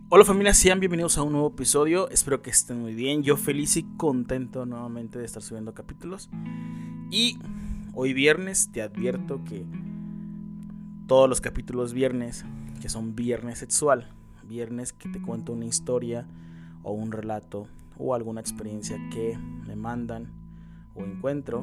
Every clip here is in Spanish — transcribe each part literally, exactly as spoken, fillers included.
Hola familia, sean bienvenidos a un nuevo episodio. Espero que estén muy bien. Yo feliz y contento nuevamente de estar subiendo capítulos. Y hoy viernes te advierto que todos los capítulos viernes, que son viernes sexual, viernes que te cuento una historia o un relato o alguna experiencia que me mandan o encuentro,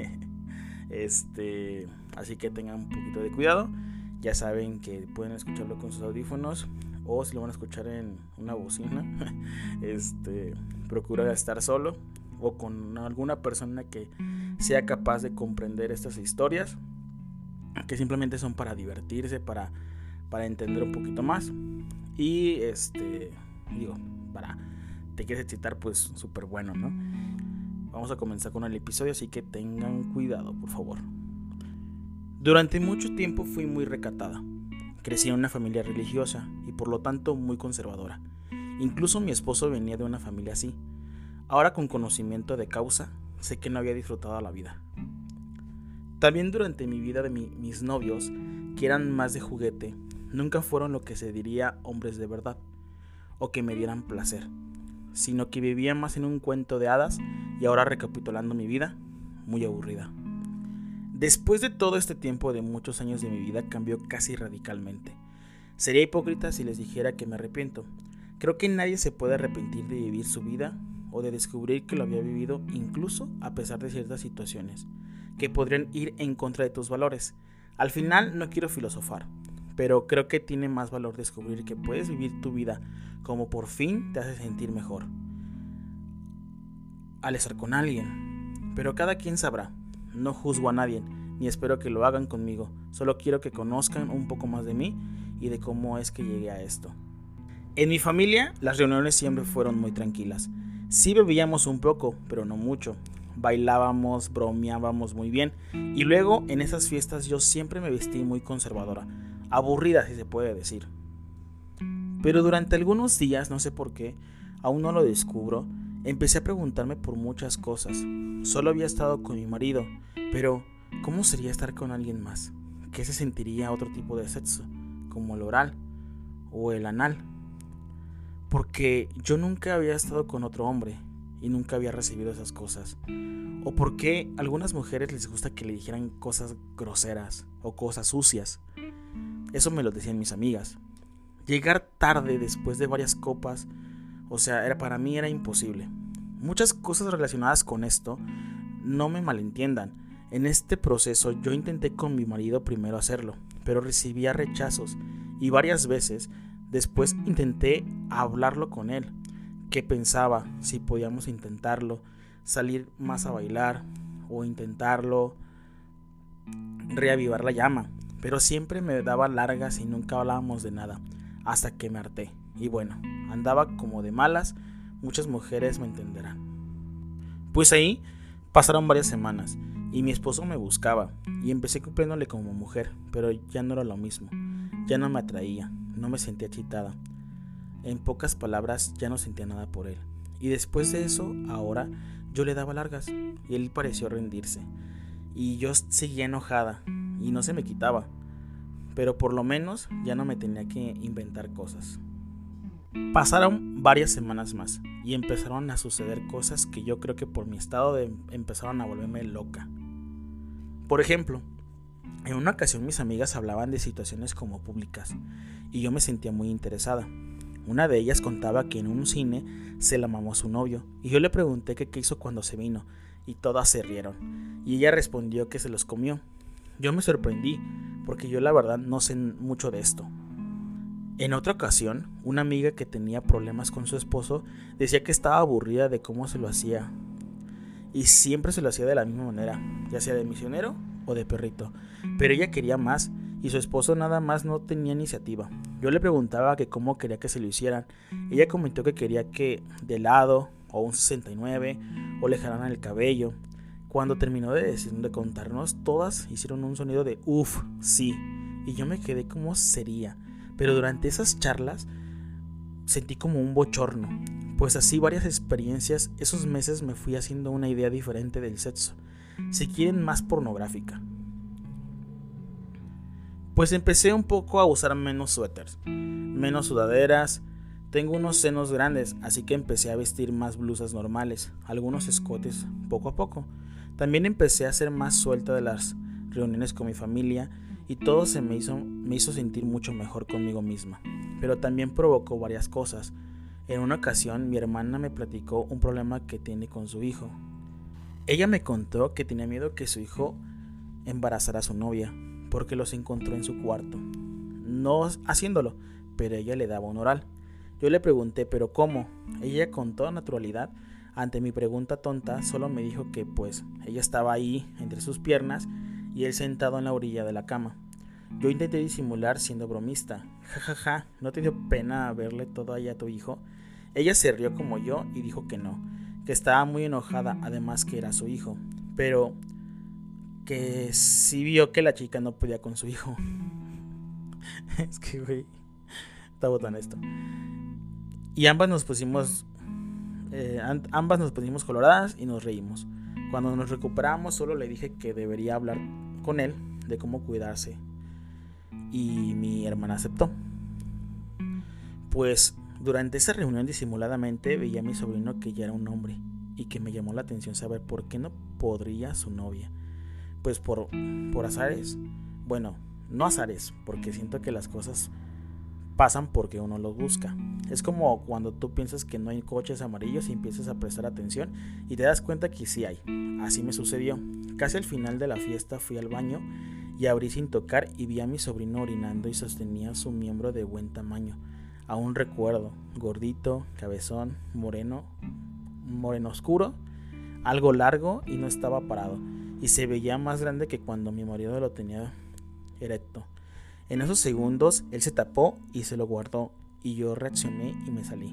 este, así que tengan un poquito de cuidado. Ya saben que pueden escucharlo con sus audífonos o si lo van a escuchar en una bocina, este, procura estar solo o con alguna persona que sea capaz de comprender estas historias, que simplemente son para divertirse, para, para entender un poquito más. Y este, digo, para te quieres excitar, pues súper bueno, ¿no? Vamos a comenzar con el episodio, así que tengan cuidado, por favor. Durante mucho tiempo fui muy recatada. Crecí en una familia religiosa y por lo tanto muy conservadora. Incluso mi esposo venía de una familia así. Ahora, con conocimiento de causa, sé que no había disfrutado la vida. También durante mi vida de mi, mis novios, que eran más de juguete, nunca fueron lo que se diría hombres de verdad o que me dieran placer, sino que vivía más en un cuento de hadas. Y ahora, recapitulando mi vida, muy aburrida. Después de todo este tiempo de muchos años de mi vida, cambió casi radicalmente. Sería hipócrita si les dijera que me arrepiento. Creo que nadie se puede arrepentir de vivir su vida o de descubrir que lo había vivido, incluso a pesar de ciertas situaciones que podrían ir en contra de tus valores. Al final no quiero filosofar, pero creo que tiene más valor descubrir que puedes vivir tu vida como por fin te hace sentir mejor al estar con alguien. Pero cada quien sabrá. No juzgo a nadie, ni espero que lo hagan conmigo. Solo quiero que conozcan un poco más de mí y de cómo es que llegué a esto. En mi familia, las reuniones siempre fueron muy tranquilas. Sí bebíamos un poco, pero no mucho. Bailábamos, bromeábamos muy bien. Y luego, en esas fiestas, yo siempre me vestí muy conservadora. Aburrida, si se puede decir. Pero durante algunos días, no sé por qué, aún no lo descubro, empecé a preguntarme por muchas cosas. Solo había estado con mi marido, pero ¿cómo sería estar con alguien más? ¿Qué se sentiría otro tipo de sexo, como el oral o el anal? Porque yo nunca había estado con otro hombre y nunca había recibido esas cosas. ¿O por qué a algunas mujeres les gusta que le dijeran cosas groseras o cosas sucias? Eso me lo decían mis amigas. Llegar tarde después de varias copas, o sea, era, para mí era imposible. Muchas cosas relacionadas con esto, no me malentiendan. En este proceso yo intenté con mi marido primero hacerlo, pero recibía rechazos y varias veces después intenté hablarlo con él. ¿Qué pensaba? Si podíamos intentarlo, salir más a bailar o intentarlo reavivar la llama. Pero siempre me daba largas y nunca hablábamos de nada, hasta que me harté. Y bueno, andaba como de malas, muchas mujeres me entenderán. Pues ahí pasaron varias semanas y mi esposo me buscaba y empecé cumpliéndole como mujer, pero ya no era lo mismo, ya no me atraía, no me sentía excitada. En pocas palabras, ya no sentía nada por él. Y después de eso, ahora yo le daba largas y él pareció rendirse. Y yo seguía enojada y no se me quitaba, pero por lo menos ya no me tenía que inventar cosas. Pasaron varias semanas más y empezaron a suceder cosas que yo creo que por mi estado de empezaron a volverme loca. Por ejemplo, en una ocasión mis amigas hablaban de situaciones como públicas y yo me sentía muy interesada. Una de ellas contaba que en un cine se la mamó a su novio y yo le pregunté que qué hizo cuando se vino y todas se rieron y ella respondió que se los comió. Yo me sorprendí porque yo la verdad no sé mucho de esto. En otra ocasión, una amiga que tenía problemas con su esposo decía que estaba aburrida de cómo se lo hacía y siempre se lo hacía de la misma manera, ya sea de misionero o de perrito, pero ella quería más y su esposo nada más no tenía iniciativa. Yo le preguntaba que cómo quería que se lo hicieran. Ella comentó que quería que de lado o un sesenta y nueve o le jalaran el cabello. Cuando terminó de decir, de contarnos, todas hicieron un sonido de uff, sí, y yo me quedé como sería. Pero durante esas charlas sentí como un bochorno, pues así varias experiencias, esos meses me fui haciendo una idea diferente del sexo, si quieren más pornográfica. Pues empecé un poco a usar menos suéteres, menos sudaderas, Tengo unos senos grandes, así que empecé a vestir más blusas normales, algunos escotes poco a poco. También empecé a ser más suelta de las reuniones con mi familia y todo se me hizo, me hizo sentir mucho mejor conmigo misma. Pero también provocó varias cosas. En una ocasión mi hermana me platicó un problema que tiene con su hijo. Ella me contó que tenía miedo que su hijo embarazara a su novia, porque los encontró en su cuarto, no haciéndolo, pero ella le daba un oral. Yo le pregunté, ¿pero cómo? Ella con toda naturalidad, ante mi pregunta tonta, solo me dijo que pues ella estaba ahí entre sus piernas y él sentado en la orilla de la cama. Yo intenté disimular siendo bromista. Ja, ja, ja, ¿no te dio pena verle todo ahí a tu hijo? Ella se rió como yo y dijo que no, que estaba muy enojada, además que era su hijo, pero que sí vio que la chica no podía con su hijo. Es que, güey, está botando esto. Y ambas nos pusimos eh, ambas nos pusimos coloradas y nos reímos. Cuando nos recuperamos solo le dije que debería hablar con él de cómo cuidarse. Y mi hermana aceptó. Pues durante esa reunión disimuladamente veía a mi sobrino que ya era un hombre y que me llamó la atención saber por qué no podría su novia. Pues por, por azares. Bueno, no azares, porque siento que las cosas pasan porque uno los busca. Es como cuando tú piensas que no hay coches amarillos y empiezas a prestar atención y te das cuenta que sí hay. Así me sucedió. Casi al final de la fiesta fui al baño y abrí sin tocar y vi a mi sobrino orinando y sostenía su miembro de buen tamaño. Aún recuerdo, gordito, cabezón, moreno, moreno oscuro, algo largo y no estaba parado. Y se veía más grande que cuando mi marido lo tenía erecto. En esos segundos él se tapó y se lo guardó y yo reaccioné y me salí.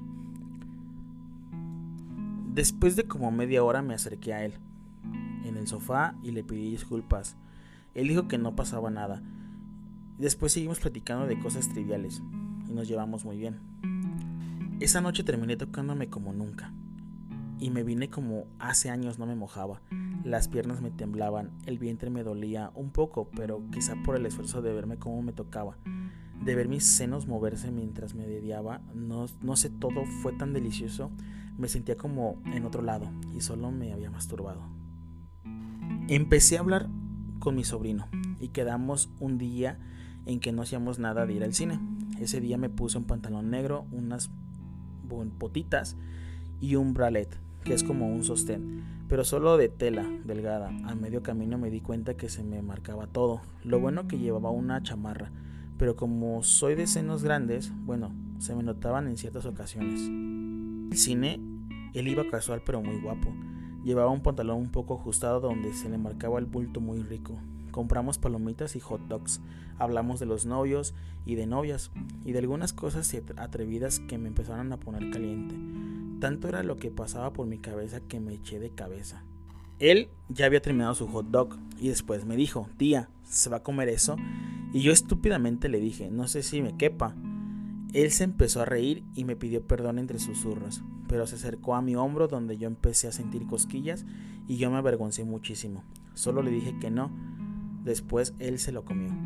Después de como media hora me acerqué a él en el sofá y le pedí disculpas. Él dijo que no pasaba nada. Después seguimos platicando de cosas triviales y nos llevamos muy bien. Esa noche terminé tocándome como nunca y me vine como hace años no me mojaba. Las piernas me temblaban, el vientre me dolía un poco, pero quizá por el esfuerzo de verme cómo me tocaba, de ver mis senos moverse mientras me dediaba, no, no sé, todo fue tan delicioso, me sentía como en otro lado y solo me había masturbado. Empecé a hablar con mi sobrino y quedamos un día en que no hacíamos nada de ir al cine. Ese día me puse un pantalón negro, unas botitas y un bralette, que es como un sostén, pero solo de tela delgada. A medio camino me di cuenta que se me marcaba todo. Lo bueno que llevaba una chamarra, pero como soy de senos grandes, bueno, se me notaban en ciertas ocasiones. En el cine, él iba casual pero muy guapo. Llevaba un pantalón un poco ajustado donde se le marcaba el bulto muy rico. Compramos palomitas y hot dogs. Hablamos de los novios y de novias y de algunas cosas atrevidas que me empezaron a poner caliente. Tanto era lo que pasaba por mi cabeza que me eché de cabeza. Él ya había terminado su hot dog y después me dijo, tía, ¿se va a comer eso? Y yo estúpidamente le dije, no sé si me quepa. Él se empezó a reír y me pidió perdón entre susurros, pero se acercó a mi hombro donde yo empecé a sentir cosquillas y yo me avergoncé muchísimo. Solo le dije que no. Después él se lo comió.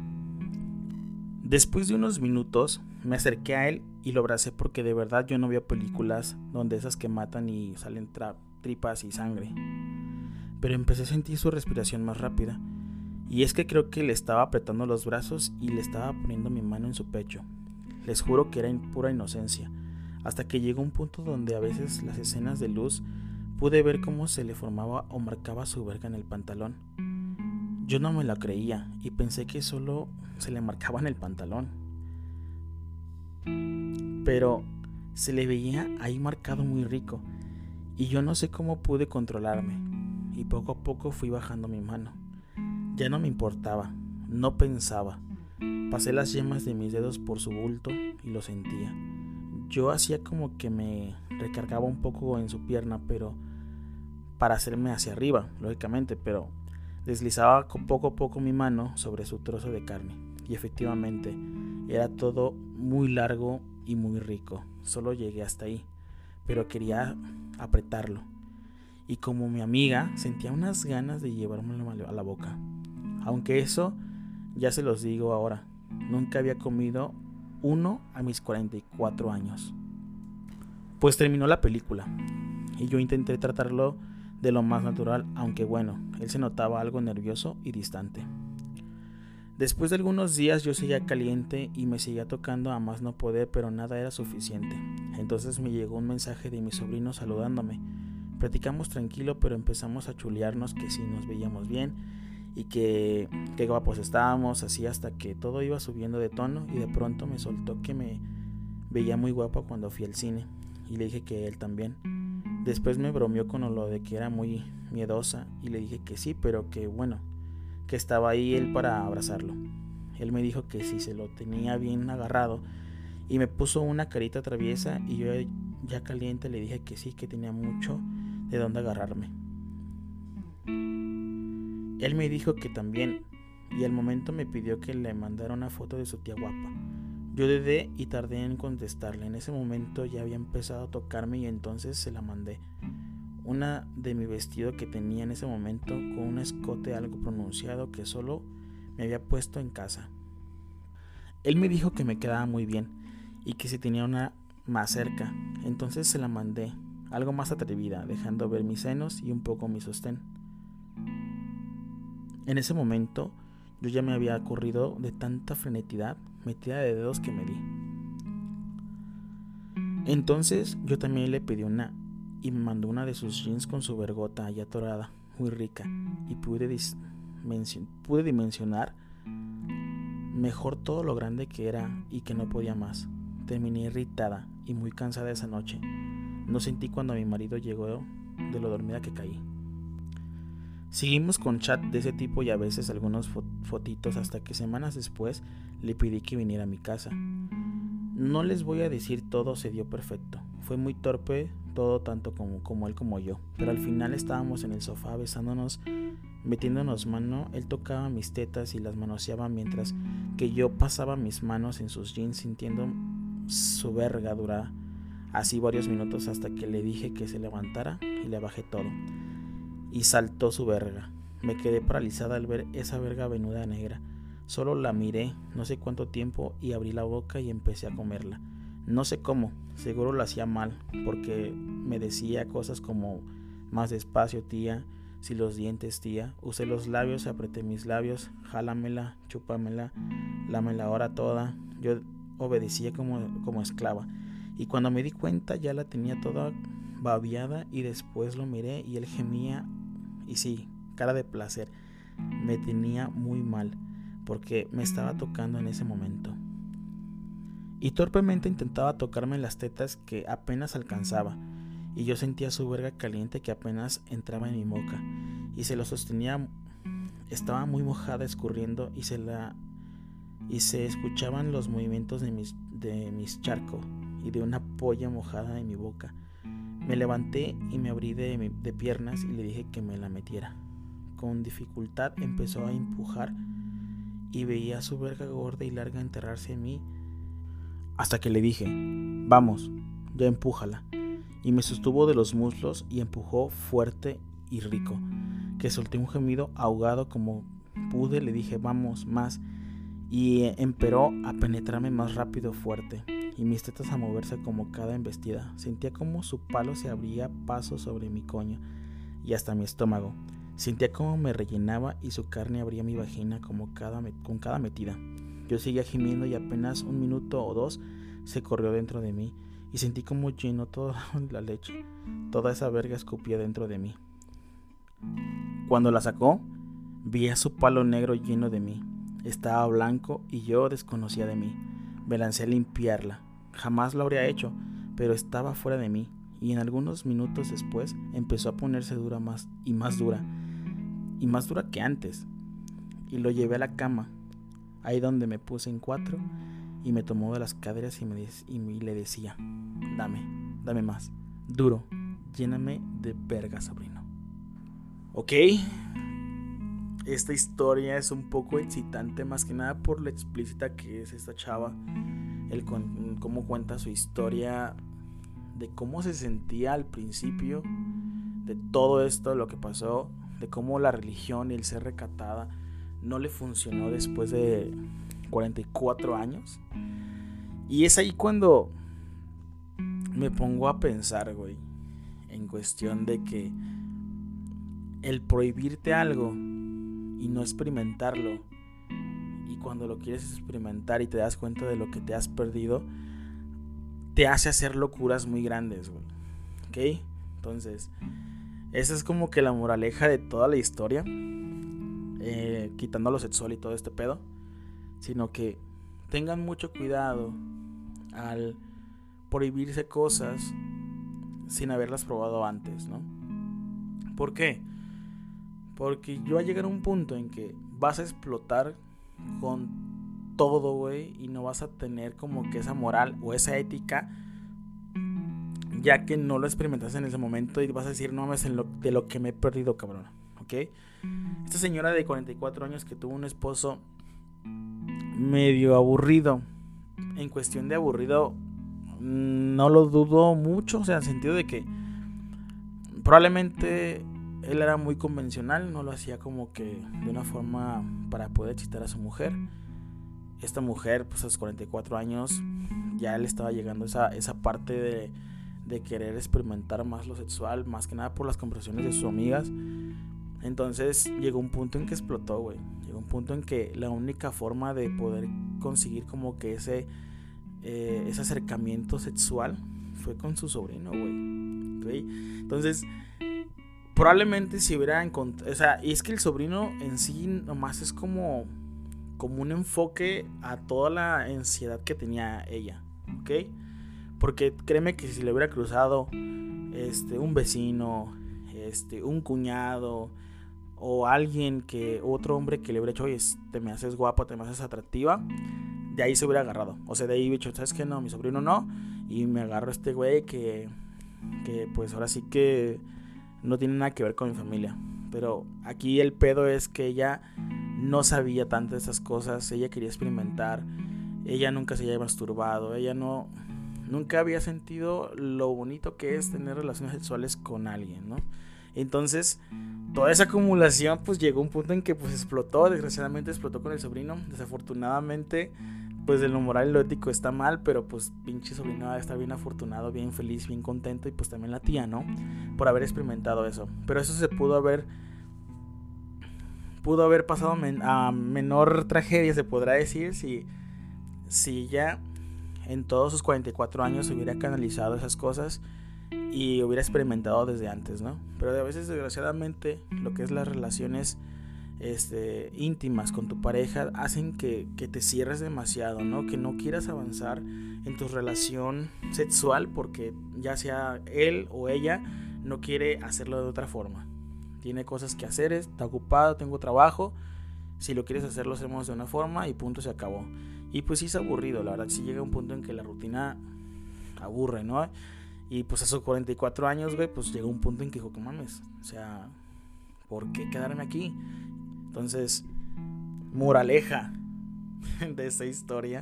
Después de unos minutos me acerqué a él y lo abracé porque de verdad yo no veo películas donde esas que matan y salen tra- tripas y sangre. Pero empecé a sentir su respiración más rápida. Y es que creo que le estaba apretando los brazos y le estaba poniendo mi mano en su pecho. Les juro que era en pura inocencia. Hasta que llegó un punto donde a veces las escenas de luz pude ver cómo se le formaba o marcaba su verga en el pantalón. Yo no me la creía y pensé que solo se le marcaba en el pantalón. Pero se le veía ahí marcado muy rico y yo no sé cómo pude controlarme y poco a poco fui bajando mi mano. Ya no me importaba, no pensaba. Pasé las yemas de mis dedos por su bulto y lo sentía. Yo hacía como que me recargaba un poco en su pierna, pero para hacerme hacia arriba, lógicamente, pero deslizaba poco a poco mi mano sobre su trozo de carne. Y efectivamente, era todo muy largo y muy rico. Solo llegué hasta ahí, pero quería apretarlo. Y como mi amiga, sentía unas ganas de llevármelo a la boca. Aunque eso, ya se los digo ahora, nunca había comido uno a mis cuarenta y cuatro años. Pues terminó la película y yo intenté tratarlo de lo más natural, aunque bueno, él se notaba algo nervioso y distante. Después de algunos días yo seguía caliente y me seguía tocando a más no poder, pero nada era suficiente. Entonces me llegó un mensaje de mi sobrino saludándome. Platicamos tranquilo, pero empezamos a chulearnos que si nos veíamos bien y que qué guapos estábamos, así hasta que todo iba subiendo de tono y de pronto me soltó que me veía muy guapa cuando fui al cine y le dije que él también. Después me bromeó con lo de que era muy miedosa y le dije que sí, pero que bueno, que estaba ahí él para abrazarlo. Él me dijo que si se lo tenía bien agarrado y me puso una carita traviesa y yo ya caliente le dije que sí, que tenía mucho de dónde agarrarme. Él me dijo que también y al momento me pidió que le mandara una foto de su tía guapa. Yo dudé y tardé en contestarle. En ese momento ya había empezado a tocarme y entonces se la mandé. Una de mi vestido que tenía en ese momento con un escote algo pronunciado que solo me había puesto en casa. Él me dijo que me quedaba muy bien y que si tenía una más cerca. Entonces se la mandé, algo más atrevida, dejando ver mis senos y un poco mi sostén. En ese momento yo ya me había corrido de tanta frenetidad, metida de dedos que me di. Entonces yo también le pedí una y me mandó una de sus jeans con su vergota ya atorada, muy rica, y pude, dis- mencio- pude dimensionar mejor todo lo grande que era y que no podía más. Terminé irritada y muy cansada esa noche. No sentí cuando mi marido llegó de lo dormida que caí. Seguimos con chat de ese tipo y a veces algunos fo- fotitos hasta que semanas después le pedí que viniera a mi casa. No les voy a decir todo se dio perfecto. Fue muy torpe todo tanto como, como él como yo. Pero al final estábamos en el sofá besándonos, metiéndonos mano. Él tocaba mis tetas y las manoseaba mientras que yo pasaba mis manos en sus jeans sintiendo su verga dura. Así varios minutos hasta que le dije que se levantara y le bajé todo. Y saltó su verga. Me quedé paralizada al ver esa verga venuda negra. Solo la miré no sé cuánto tiempo y abrí la boca y empecé a comerla. No sé cómo, seguro lo hacía mal, porque me decía cosas como más despacio tía, si los dientes tía. Usé los labios, apreté mis labios, jálamela, chúpamela, lámela ahora toda. Yo obedecía como, como esclava. Y cuando me di cuenta ya la tenía toda babiada y después lo miré y él gemía. Y sí, cara de placer. Me tenía muy mal porque me estaba tocando en ese momento. Y torpemente intentaba tocarme las tetas que apenas alcanzaba. Y yo sentía su verga caliente que apenas entraba en mi boca. Y se lo sostenía. Estaba muy mojada escurriendo y se la... Y se escuchaban los movimientos de mis, de mis charcos y de una polla mojada en mi boca. Me levanté y me abrí de, de piernas y le dije que me la metiera. Con dificultad empezó a empujar y veía su verga gorda y larga enterrarse en mí hasta que le dije, vamos, ya empújala. Y me sostuvo de los muslos y empujó fuerte y rico, que solté un gemido ahogado como pude. Le dije, vamos, más, y emperó a penetrarme más rápido, fuerte, y mis tetas a moverse como cada embestida. Sentía como su palo se abría paso sobre mi coño y hasta mi estómago. Sentía como me rellenaba y su carne abría mi vagina como cada met- con cada metida. Yo seguía gimiendo y apenas un minuto o dos se corrió dentro de mí y sentí como llenó toda la leche. Toda esa verga escupía dentro de mí. Cuando la sacó, vi a su palo negro lleno de mí. Estaba blanco y yo desconocía de mí. Me lancé a limpiarla. Jamás lo habría hecho, pero estaba fuera de mí. Y en algunos minutos después empezó a ponerse dura más y más dura. Y más dura que antes. Y lo llevé a la cama, ahí donde me puse en cuatro, y me tomó de las caderas y, me de- y me- y le decía, dame, dame más, duro, lléname de verga, sobrino. Ok, esta historia es un poco excitante, más que nada por lo explícita que es esta chava, el con, cómo cuenta su historia, de cómo se sentía al principio, de todo esto, lo que pasó, de cómo la religión y el ser recatada no le funcionó después de cuarenta y cuatro años. Y es ahí cuando me pongo a pensar, güey, en cuestión de que el prohibirte algo y no experimentarlo, y cuando lo quieres experimentar y te das cuenta de lo que te has perdido, te hace hacer locuras muy grandes, güey. ¿Ok? Entonces, esa es como que la moraleja de toda la historia, eh, quitando lo sexual y todo este pedo, sino que tengan mucho cuidado al prohibirse cosas sin haberlas probado antes, ¿no? ¿Por qué? Porque yo va a llegar a un punto en que vas a explotar con todo, güey, y no vas a tener como que esa moral o esa ética, ya que no lo experimentaste en ese momento, y vas a decir, no mames, en lo, de lo que me he perdido, cabrón, ¿ok? Esta señora de cuarenta y cuatro años que tuvo un esposo medio aburrido, en cuestión de aburrido, no lo dudo mucho, o sea, en el sentido de que probablemente él era muy convencional, no lo hacía como que de una forma para poder excitar a su mujer. Esta mujer, pues a los cuarenta y cuatro años, ya le estaba llegando esa, esa parte de, de querer experimentar más lo sexual, más que nada por las conversaciones de sus amigas. Entonces llegó un punto en que explotó, güey. Llegó un punto en que la única forma de poder conseguir como que ese, eh, ese acercamiento sexual fue con su sobrino, güey. ¿Okay? Entonces, probablemente si hubiera encontrado, o sea, y es que el sobrino en sí nomás es como, como un enfoque a toda la ansiedad que tenía ella, ¿ok? Porque créeme que si le hubiera cruzado este, un vecino, este, un cuñado, o alguien que, otro hombre que le hubiera dicho, oye, te me haces guapa, te me haces atractiva, de ahí se hubiera agarrado. O sea, de ahí hubiera dicho, ¿sabes qué? No, mi sobrino no, y me agarro a este güey que, que pues ahora sí que no tiene nada que ver con mi familia. Pero aquí el pedo es que ella no sabía tanto de esas cosas, ella quería experimentar, ella nunca se había masturbado, ella no, nunca había sentido lo bonito que es tener relaciones sexuales con alguien, ¿no? Entonces, toda esa acumulación pues llegó a un punto en que pues explotó, desgraciadamente explotó con el sobrino. Desafortunadamente, pues de lo moral y lo ético está mal, pero pues pinche sobrino va a estar bien afortunado, bien feliz, bien contento, y pues también la tía, ¿no? Por haber experimentado eso. Pero eso se pudo haber pudo haber pasado men- a menor tragedia, se podrá decir, si si ella en todos sus cuarenta y cuatro años hubiera canalizado esas cosas y hubiera experimentado desde antes, ¿no? Pero a veces, desgraciadamente, lo que es las relaciones este, íntimas con tu pareja hacen que, que te cierres demasiado, ¿no? Que no quieras avanzar en tu relación sexual porque ya sea él o ella no quiere hacerlo de otra forma. Tiene cosas que hacer, está ocupado, tengo trabajo. Si lo quieres hacer, lo hacemos de una forma y punto, se acabó. Y pues sí es aburrido, la verdad, sí llega un punto en que la rutina aburre, ¿no? Y pues a sus cuarenta y cuatro años, güey, pues llegó un punto en que dijo, ¿qué mames? O sea, ¿por qué quedarme aquí? Entonces, moraleja de esta historia.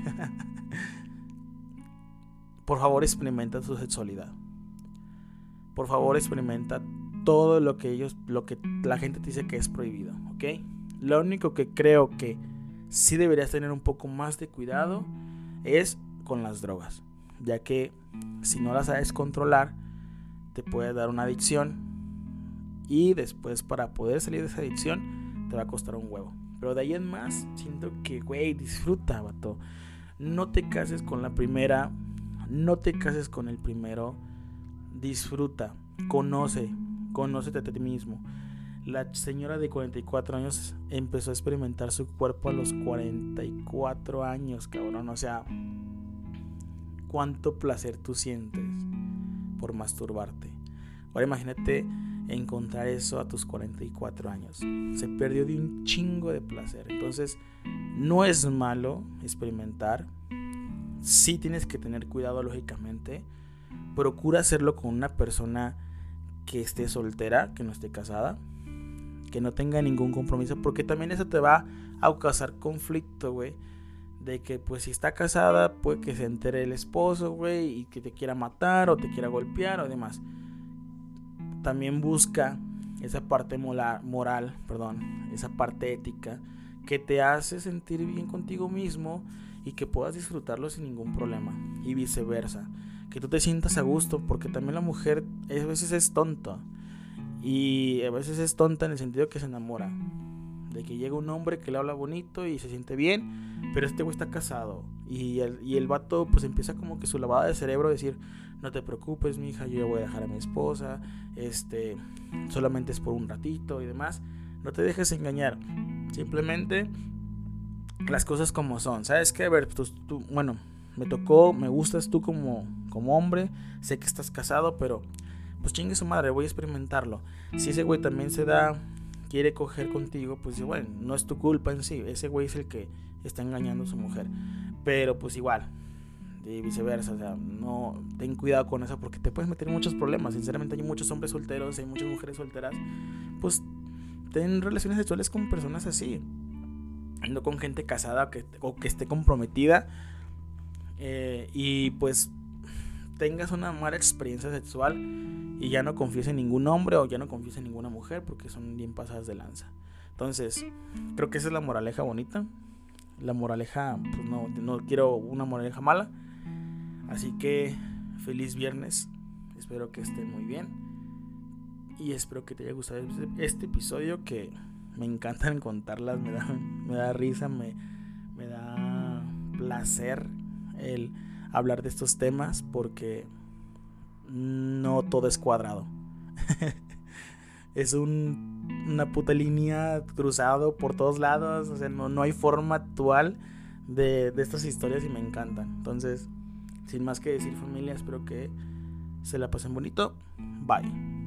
Por favor, experimenta tu sexualidad. Por favor, experimenta todo lo que ellos, lo que la gente te dice que es prohibido, ¿ok? Lo único que creo que sí deberías tener un poco más de cuidado es con las drogas, ya que si no las sabes controlar te puede dar una adicción y después para poder salir de esa adicción te va a costar un huevo. Pero de ahí en más siento que, güey, disfruta, vato. No te cases con la primera, no te cases con el primero. Disfruta, conoce, conócete a ti mismo. La señora de cuarenta y cuatro años empezó a experimentar su cuerpo a los cuarenta y cuatro años, cabrón. O sea, cuánto placer tú sientes por masturbarte. Ahora imagínate encontrar eso a tus cuarenta y cuatro años. Se perdió de un chingo de placer. Entonces, no es malo experimentar. Sí tienes que tener cuidado, lógicamente. Procura hacerlo con una persona que esté soltera, que no esté casada, que no tenga ningún compromiso, porque también eso te va a causar conflicto, güey. De que pues si está casada, puede que se entere el esposo, güey, y que te quiera matar o te quiera golpear o demás. También busca esa parte moral, moral, perdón, esa parte ética que te hace sentir bien contigo mismo y que puedas disfrutarlo sin ningún problema, y viceversa. que tú te sientas a gusto, porque también la mujer a veces es tonta, y a veces es tonta en el sentido que se enamora, de que llega un hombre que le habla bonito y se siente bien, pero este güey está casado, y el, y el vato pues empieza como que su lavada de cerebro, decir, no te preocupes mija, yo ya voy a dejar a mi esposa, este, solamente es por un ratito y demás. No te dejes engañar, simplemente las cosas como son, ¿sabes qué? A ver, tú, tú, bueno, me tocó, me gustas tú como, como hombre, sé que estás casado, pero pues chingue su madre, voy a experimentarlo. Si ese güey también se da, quiere coger contigo, pues bueno, no es tu culpa en sí, ese güey es el que está engañando a su mujer, pero pues igual, y viceversa, o sea, no, ten cuidado con eso porque te puedes meter en muchos problemas. Sinceramente hay muchos hombres solteros, hay muchas mujeres solteras, pues ten relaciones sexuales con personas así, no con gente casada que, o que esté comprometida, eh, y pues tengas una mala experiencia sexual y ya no confíes en ningún hombre o ya no confíes en ninguna mujer porque son bien pasadas de lanza. Entonces creo que esa es la moraleja bonita. La moraleja, pues no, no quiero una moraleja mala. Así que feliz viernes, espero que estén muy bien y espero que te haya gustado este episodio, que me encantan contarlas, me da, me da risa, me, me da placer el hablar de estos temas porque no todo es cuadrado. Es un, una puta línea cruzado por todos lados, o sea, no, no hay forma actual de, de estas historias y me encantan. Entonces, sin más que decir familia, espero que se la pasen bonito. Bye.